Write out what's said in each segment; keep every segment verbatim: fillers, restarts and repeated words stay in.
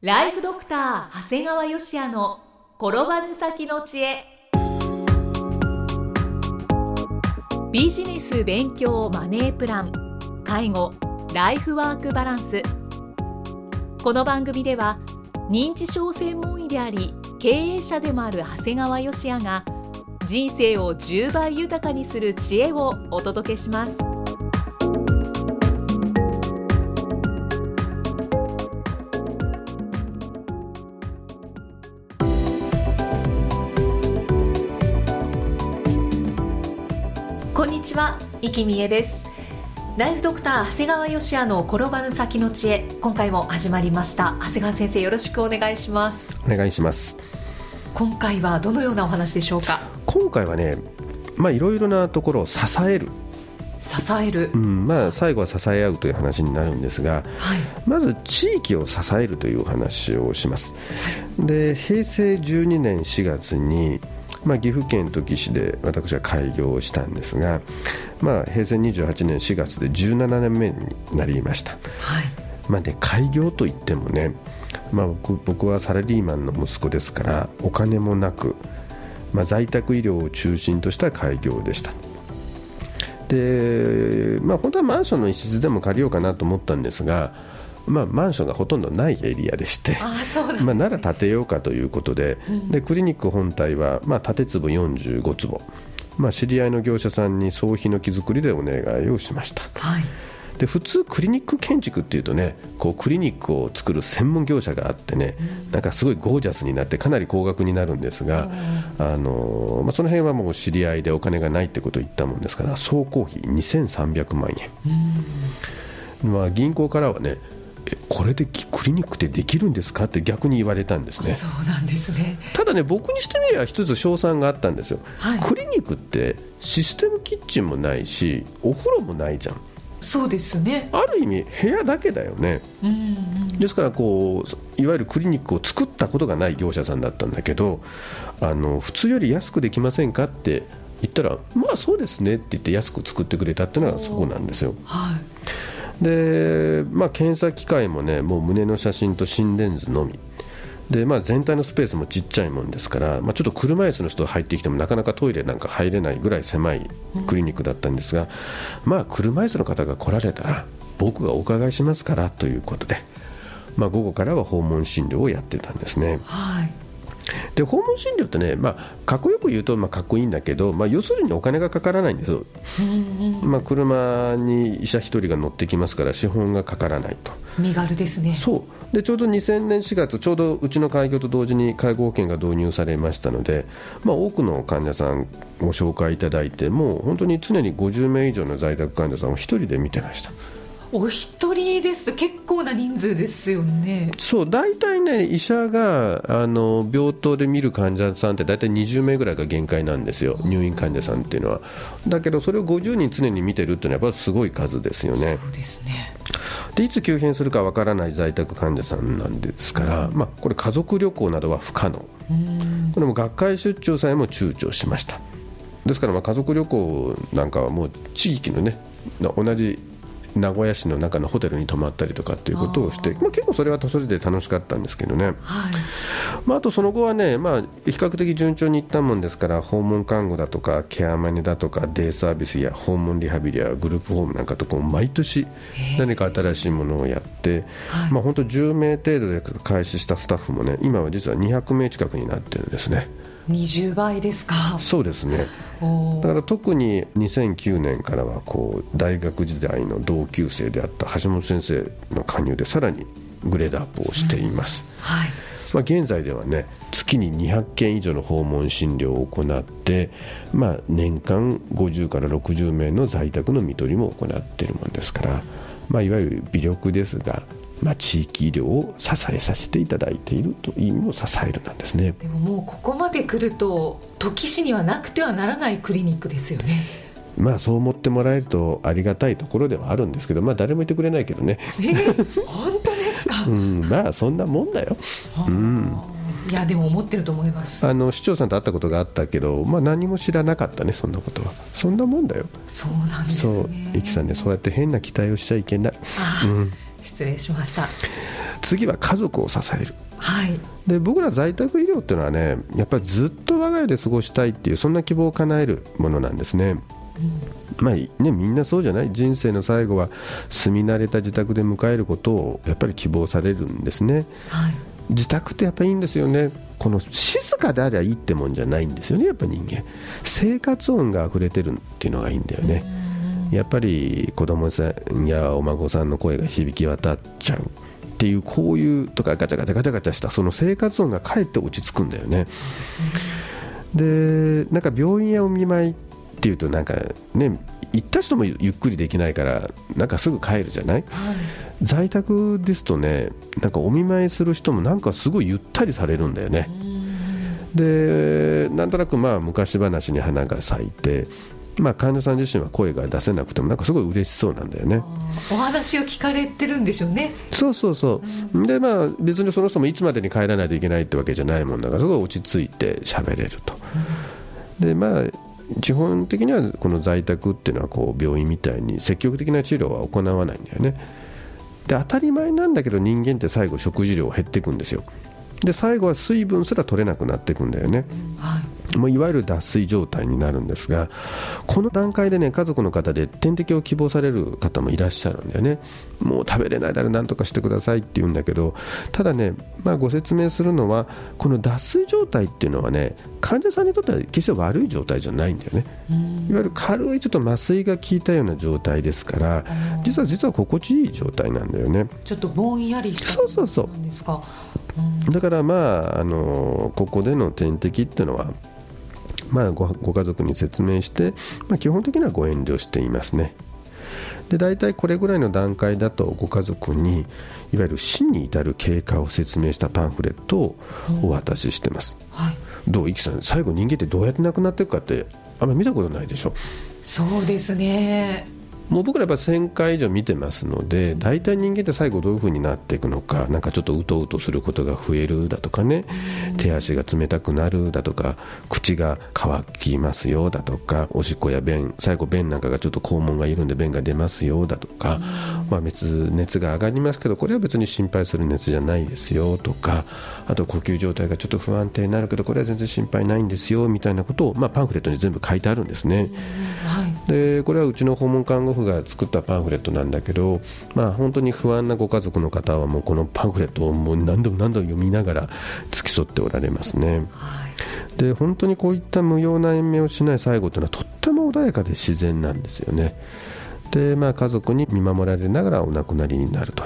ライフドクター長谷川芳也の転ばぬ先の知恵。ビジネス勉強マネープラン、介護、ライフワークバランス。この番組では認知症専門医であり経営者でもある長谷川芳也が人生をじゅうばい豊かにする知恵をお届けします。こんにちは、生きみえです。ライフドクター長谷川芳也の転ばぬ先の知恵、今回も始まりました。長谷川先生、よろしくお願いします。 お願いします。 今回はどのようなお話でしょうか。 今回はね、まあいろいろなところを支える支える、 うんまあ、最後は支え合うという話になるんですが、はい、まず地域を支えるという話をします、はい、で平成じゅうにねんしがつに、まあ、岐阜県土岐市で私は開業したんですが、まあ、平成にじゅうはちねんしがつでじゅうななねんめになりました、はいまあね、開業といってもね、まあ、僕, 僕はサラリーマンの息子ですからお金もなく、まあ、在宅医療を中心とした開業でした。で、まあ、本当はマンションの一室でも借りようかなと思ったんですが、まあ、マンションがほとんどないエリアでして、 ああ、そうなんですね。 まあ、なら建てようかということで、うん、でクリニック本体は、まあ、建て坪よんじゅうごつぼ、まあ、知り合いの業者さんに総ヒノキ作りでお願いをしました、はい、で普通クリニック建築っていうとね、こうクリニックを作る専門業者があってね、うん、なんかすごいゴージャスになってかなり高額になるんですが、うんあのまあ、その辺はもう知り合いでお金がないってことを言ったもんですから、総工費にせんさんびゃくまんえん、うんまあ、銀行からはね、えこれでクリニックってできるんですかって逆に言われたんですね。 そうなんですね。 ただね、僕にしてみれば一つ勝算があったんですよ、はい、クリニックってシステムキッチンもないしお風呂もないじゃん。 そうですね。 ある意味部屋だけだよね、うんうん、ですからこういわゆるクリニックを作ったことがない業者さんだったんだけど、あの普通より安くできませんかって言ったら、まあそうですねって言って安く作ってくれたっていうのがそこなんですよ、はい、で、まあ、検査機械もね、もう胸の写真と心電図のみで、まあ、全体のスペースもちっちゃいもんですから、まあ、ちょっと車椅子の人が入ってきてもなかなかトイレなんか入れないぐらい狭いクリニックだったんですが、まあ、車椅子の方が来られたら僕がお伺いしますからということで、まあ、午後からは訪問診療をやってたんですね、はい、で訪問診療ってね、まあ、かっこよく言うとまあかっこいいんだけど、まあ、要するにお金がかからないんですよ、まあ、車に医者一人が乗ってきますから資本がかからないと。 身軽ですね。 そうでちょうどにせんねんしがつ、ちょうどうちの開業と同時に介護保険が導入されましたので、まあ、多くの患者さんご紹介いただいて、もう本当に常にごじゅうめい以上の在宅患者さんを一人で見てました。 お一人ですと結構な人数ですよね。 そう、大体ね、医者があの病棟で見る患者さんって大体にじゅうめいぐらいが限界なんですよ、入院患者さんっていうのは。だけどそれをごじゅうにん常に見てるっていうのはやっぱりすごい数ですよね。 そうですね。 でいつ急変するかわからない在宅患者さんなんですから、まあ、これ家族旅行などは不可能。これも学会出張さえも躊躇しました。ですからまあ家族旅行なんかはもう地域のね、同じ名古屋市の中のホテルに泊まったりとかっていうことをして、あ、まあ、結構それはそれで楽しかったんですけどね、はいまあ、あとその後はね、まあ、比較的順調にいったもんですから、訪問看護だとかケアマネだとかデイサービスや訪問リハビリやグループホームなんかとこう毎年何か新しいものをやって、まあ、本当じゅうめい程度で開始したスタッフもね、今は実はにひゃくめい近くになってるんですね。 にじゅうばいですか。 そうですね。だから特ににせんきゅうねんからはこう大学時代の同級生であった橋本先生の加入でさらにグレードアップをしています、うんはいまあ、現在ではね、月ににひゃっけん以上の訪問診療を行って、まあ、年間ごじゅうからろくじゅうめいの在宅の看取りも行っているものですから、まあ、いわゆる微力ですが、まあ、地域医療を支えさせていただいているという意味の支えるなんですね。 でももうここまで来ると土岐市にはなくてはならないクリニックですよね。 まあそう思ってもらえるとありがたいところではあるんですけど、まあ誰も言ってくれないけどね。 えー、本当ですか。 うん、まあそんなもんだよ、うん、 いやでも思ってると思います。 あの市長さんと会ったことがあったけど、まあ、何も知らなかったね、そんなことは。そんなもんだよ。 そうなんですね。 そう、イキさんね、そうやって変な期待をしちゃいけない。 あ、うん、失失礼しました。 次は家族を支える。 はい、 で僕ら在宅医療っていうのはね、やっぱりずっと我が家で過ごしたいっていう、そんな希望を叶えるものなんですね。うん、まあね、みんなそうじゃない。人生の最後は住み慣れた自宅で迎えることをやっぱり希望されるんですね。はい、自宅ってやっぱりいいんですよね。この静かであればいいってもんじゃないんですよね。やっぱ人間生活音が溢れてるっていうのがいいんだよね。やっぱり子供さんやお孫さんの声が響き渡っちゃうっていう、こういうとかガチャガチャガチャガチャしたその生活音がかえって落ち着くんだよね。でなんか病院やお見舞いっていうとなんかね、行った人もゆっくりできないからなんかすぐ帰るじゃない。はい、在宅ですとね、なんかお見舞いする人もなんかすごいゆったりされるんだよね。でなんとなくまあ昔話に花が咲いて、まあ、患者さん自身は声が出せなくてもなんかすごい嬉しそうなんだよね。 お話を聞かれてるんでしょうね。 そうそうそう、うん、でまあ別にその人もいつまでに帰らないといけないってわけじゃないもんだから、すごい落ち着いて喋れると。うん、でまあ基本的にはこの在宅っていうのはこう病院みたいに積極的な治療は行わないんだよね。で当たり前なんだけど人間って最後食事量減っていくんですよ。で最後は水分すら取れなくなっていくんだよね。はい、もういわゆる脱水状態になるんですが、この段階でね、家族の方で点滴を希望される方もいらっしゃるんだよね。もう食べれないなら何とかしてくださいって言うんだけど、ただね、まあ、ご説明するのはこの脱水状態っていうのはね、患者さんにとっては決して悪い状態じゃないんだよね。いわゆる軽いちょっと麻酔が効いたような状態ですから、実は実は心地いい状態なんだよね。 ちょっとぼんやりしたそうそうそうなんですか。 だからまあ、あのここでの点滴っていうのは、まあ、ご, ご家族に説明して、まあ、基本的にはご遠慮していますね。で大体これぐらいの段階だとご家族にいわゆる死に至る経過を説明したパンフレットをお渡ししてます。うん、はい、どう、イキさん、最後人間ってどうやって亡くなっていくかってあんまり見たことないでしょ。 そうですね。 もう僕らやっぱせんかい以上見てますので、大体人間って最後どういう風になっていくのか、なんかちょっとうとうとすることが増えるだとかね、手足が冷たくなるだとか、口が乾きますよだとか、おしっこや便、最後便なんかがちょっと肛門が緩んで便が出ますよだとか、まあ、別熱が上がりますけどこれは別に心配する熱じゃないですよとか、あと呼吸状態がちょっと不安定になるけどこれは全然心配ないんですよみたいなことを、まあ、パンフレットに全部書いてあるんですね。はい、でこれはうちの訪問看護婦が作ったパンフレットなんだけど、まあ、本当に不安なご家族の方はもうこのパンフレットをもう何度も何度も読みながら付き添っておられますね。はい、で本当にこういった無用な延命をしない最後というのはとっても穏やかで自然なんですよね。で、まあ、家族に見守られながらお亡くなりになるという、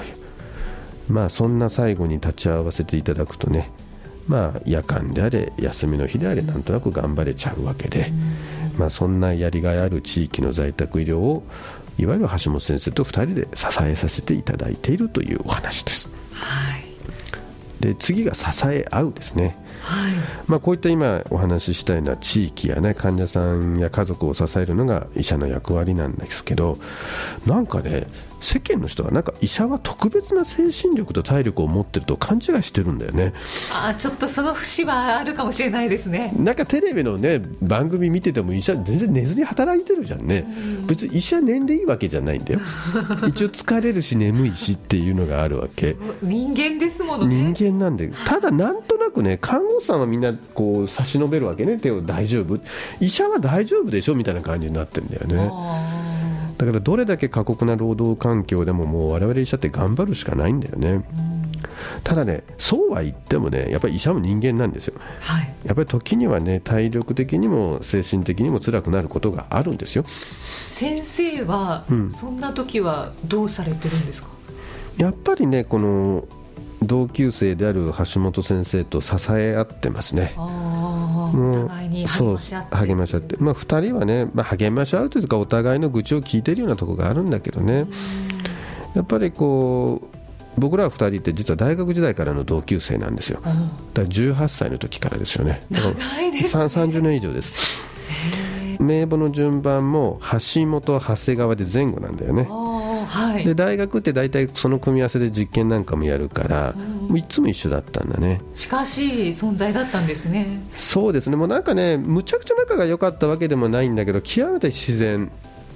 まあ、そんな最後に立ち会わせていただくとね、まあ、夜間であれ休みの日であれなんとなく頑張れちゃうわけで、まあ、そんなやりがいある地域の在宅医療をいわゆる橋本先生とふたりで支えさせていただいているというお話です。はい、で次が支え合うですね。はい、まあ、こういった今お話ししたような地域や、ね、患者さんや家族を支えるのが医者の役割なんですけど、なんかね、世間の人はなんか医者は特別な精神力と体力を持ってると勘違いしてるんだよね。 あ、ちょっとその節はあるかもしれないですね。 なんかテレビの、ね、番組見てても医者全然寝ずに働いてるじゃんね。別に医者寝んでいいわけじゃないんだよ一応疲れるし眠いしっていうのがあるわけ。 人間ですものね。 人間なんで、ただなんとなくね、看護師さんはみんなこう差し伸べるわけね、手を。大丈夫、医者は大丈夫でしょみたいな感じになってるんだよね。だからどれだけ過酷な労働環境でももう我々医者って頑張るしかないんだよね。ただね、そうは言ってもね、やっぱり医者も人間なんですよ。はい、やっぱり時にはね、体力的にも精神的にも辛くなることがあるんですよ。 先生は、うん、そんな時はどうされてるんですか？ やっぱりね、この同級生である橋本先生と支え合ってますね。 あ、お互いに励まし合って、 励まし合って、まあ、ふたりはね、まあ、励まし合うというかお互いの愚痴を聞いているようなところがあるんだけどね、やっぱりこう僕らふたりって実は大学時代からの同級生なんですよ。だからじゅうはっさいの時からですよね。 長いですね。 さんじゅうねん以上です。名簿の順番も橋本長谷川で前後なんだよね。はい、で大学って大体その組み合わせで実験なんかもやるから、もういつも一緒だったんだね。 近しい存在だったんですね。 そうですね。もうなんかね、むちゃくちゃ仲が良かったわけでもないんだけど、極めて自然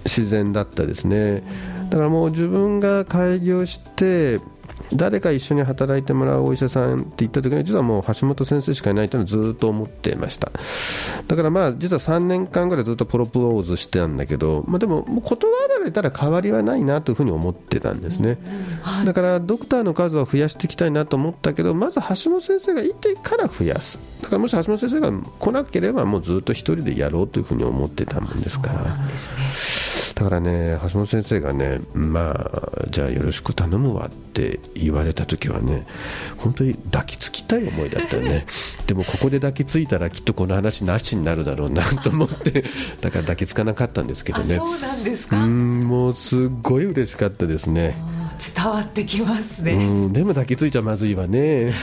自然だったですね。だからもう自分が開業して誰か一緒に働いてもらうお医者さんって言った時に実はもう橋本先生しかいないというのをずっと思ってました。だからまあ実はさんねんかんぐらいずっとプロポーズしてたんだけど、まあ、でももう断られたら変わりはないなというふうに思ってたんですね、はい、だからドクターの数は増やしていきたいなと思ったけど、まず橋本先生がいてから増やす。だからもし橋本先生が来なければもうずっと一人でやろうというふうに思ってたもんですから。 そうなんですね。 だからね、橋本先生がね、まあじゃあよろしく頼むわって言われた時はね、本当に抱きつきたい思いだったよねでもここで抱きついたらきっとこの話なしになるだろうなと思ってだから抱きつかなかったんですけどね。 あ、そうなんですか。 うん、もうすっごい嬉しかったですね。 伝わってきますね。 うん、でも抱きついちゃまずいわね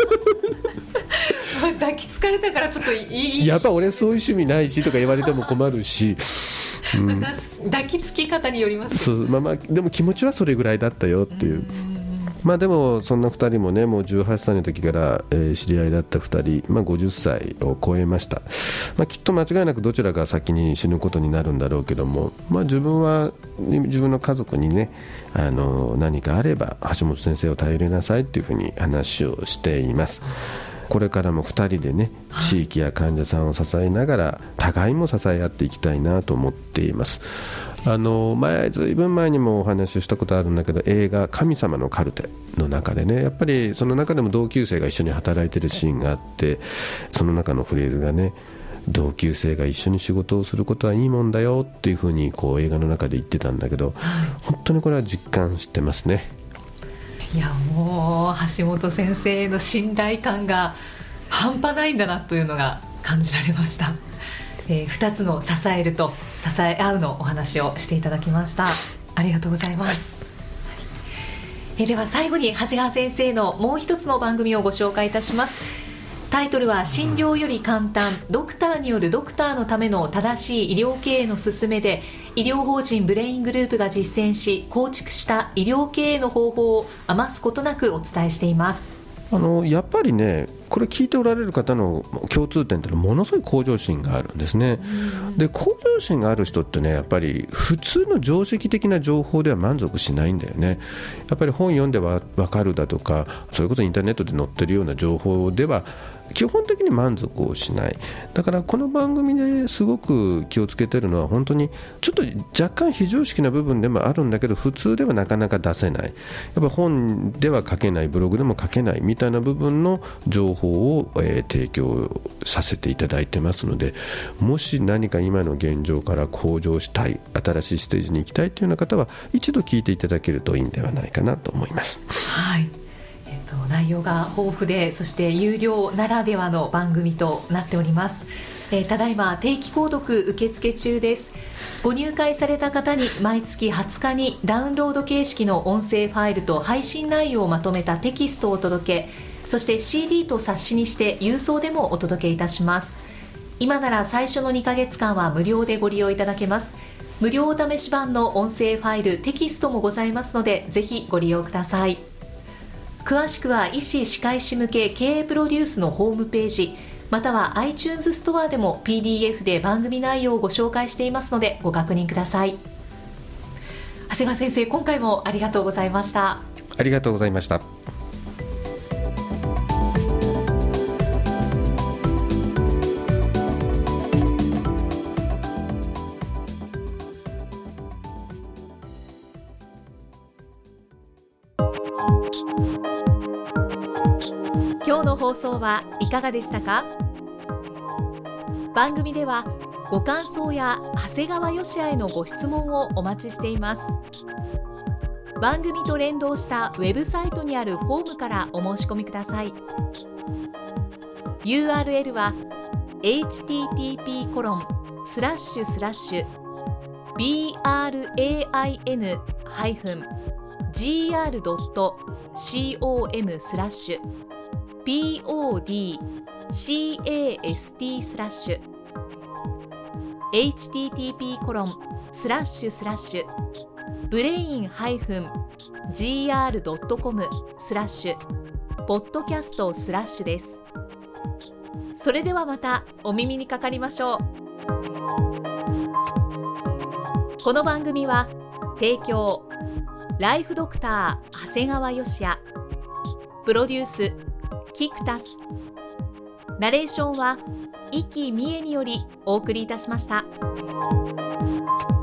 抱きつかれたからちょっといい、 やっぱ俺そういう趣味ないしとか言われても困るしうん、 抱きつき方によります。 そう、まあまあ、でも気持ちはそれぐらいだったよっていう、うまあ、でもそんなふたりもね、もうじゅうはっさいの時から、えー、知り合いだったふたり、まあ、ごじゅっさいを超えました。まあ、きっと間違いなくどちらが先に死ぬことになるんだろうけども、まあ、自分は自分の家族にね、あの何かあれば橋本先生を頼りなさいというふうに話をしています。これからもふたりでね、地域や患者さんを支えながら互いも支え合っていきたいなと思っています。あの前ずいぶん前にもお話ししたことあるんだけど、映画神様のカルテの中でね、やっぱりその中でも同級生が一緒に働いてるシーンがあって、その中のフレーズがね、同級生が一緒に仕事をすることはいいもんだよっていうふうにこう映画の中で言ってたんだけど、本当にこれは実感してますね。 いや、もう橋本先生の信頼感が半端ないんだなというのが感じられました。えー、ふたつの支えると支え合うのお話をしていただきました。ありがとうございます、はい。えー、では最後に長谷川先生のもう一つの番組をご紹介いたします。タイトルは診療より簡単、ドクターによるドクターのための正しい医療経営の勧めで、医療法人ブレイングループが実践し構築した医療経営の方法を余すことなくお伝えしています。 あのやっぱりね、これ聞いておられる方の共通点というのはものすごい向上心があるんですね。で、向上心がある人ってね、やっぱり普通の常識的な情報では満足しないんだよね。やっぱり本読んでは分かるだとか、それこそインターネットで載ってるような情報では基本的に満足をしない。だからこの番組ですごく気をつけてるのは、本当にちょっと若干非常識な部分でもあるんだけど、普通ではなかなか出せない、やっぱ本では書けない、ブログでも書けないみたいな部分の情報を、えー、提供させていただいてますので、もし何か今の現状から向上したい、新しいステージに行きたいというような方は一度聞いていただけるといいんではないかなと思います。 はい、内容が豊富で、そして有料ならではの番組となっております。えー、ただいま定期購読受付中です。ご入会された方に毎月はつかにダウンロード形式の音声ファイルと配信内容をまとめたテキストをお届け、そして シーディー と冊子にして郵送でもお届けいたします。今なら最初のにかげつかんは無料でご利用いただけます。無料お試し版の音声ファイル、テキストもございますので、ぜひご利用ください。詳しくは医師・歯科医師向け経営プロデュースのホームページ、または iTunes ストアでも ピーディーエフ で番組内容をご紹介していますので、ご確認ください。長谷川先生、今回もありがとうございました。 ありがとうございました。 今日の放送はいかがでしたか？番組ではご感想や長谷川芳也へのご質問をお待ちしています。番組と連動したウェブサイトにあるフォームからお申し込みください。 ユーアールエル は エイチティーティーピーコロンスラッシュスラッシュビーアールエーアイエヌハイフンジーアールドットコム スラッシュ ピーオーディーシーエーエスティー スラッシュ エイチティーティーピーコロンスラッシュスラッシュブレインハイフンジーアールドットコム スラッシュポッドキャストスラッシュです。それではまたお耳にかかりましょう。 この番組は提供ライフドクター長谷川芳也、プロデュースキクタス、ナレーションは生きみえによりお送りいたしました。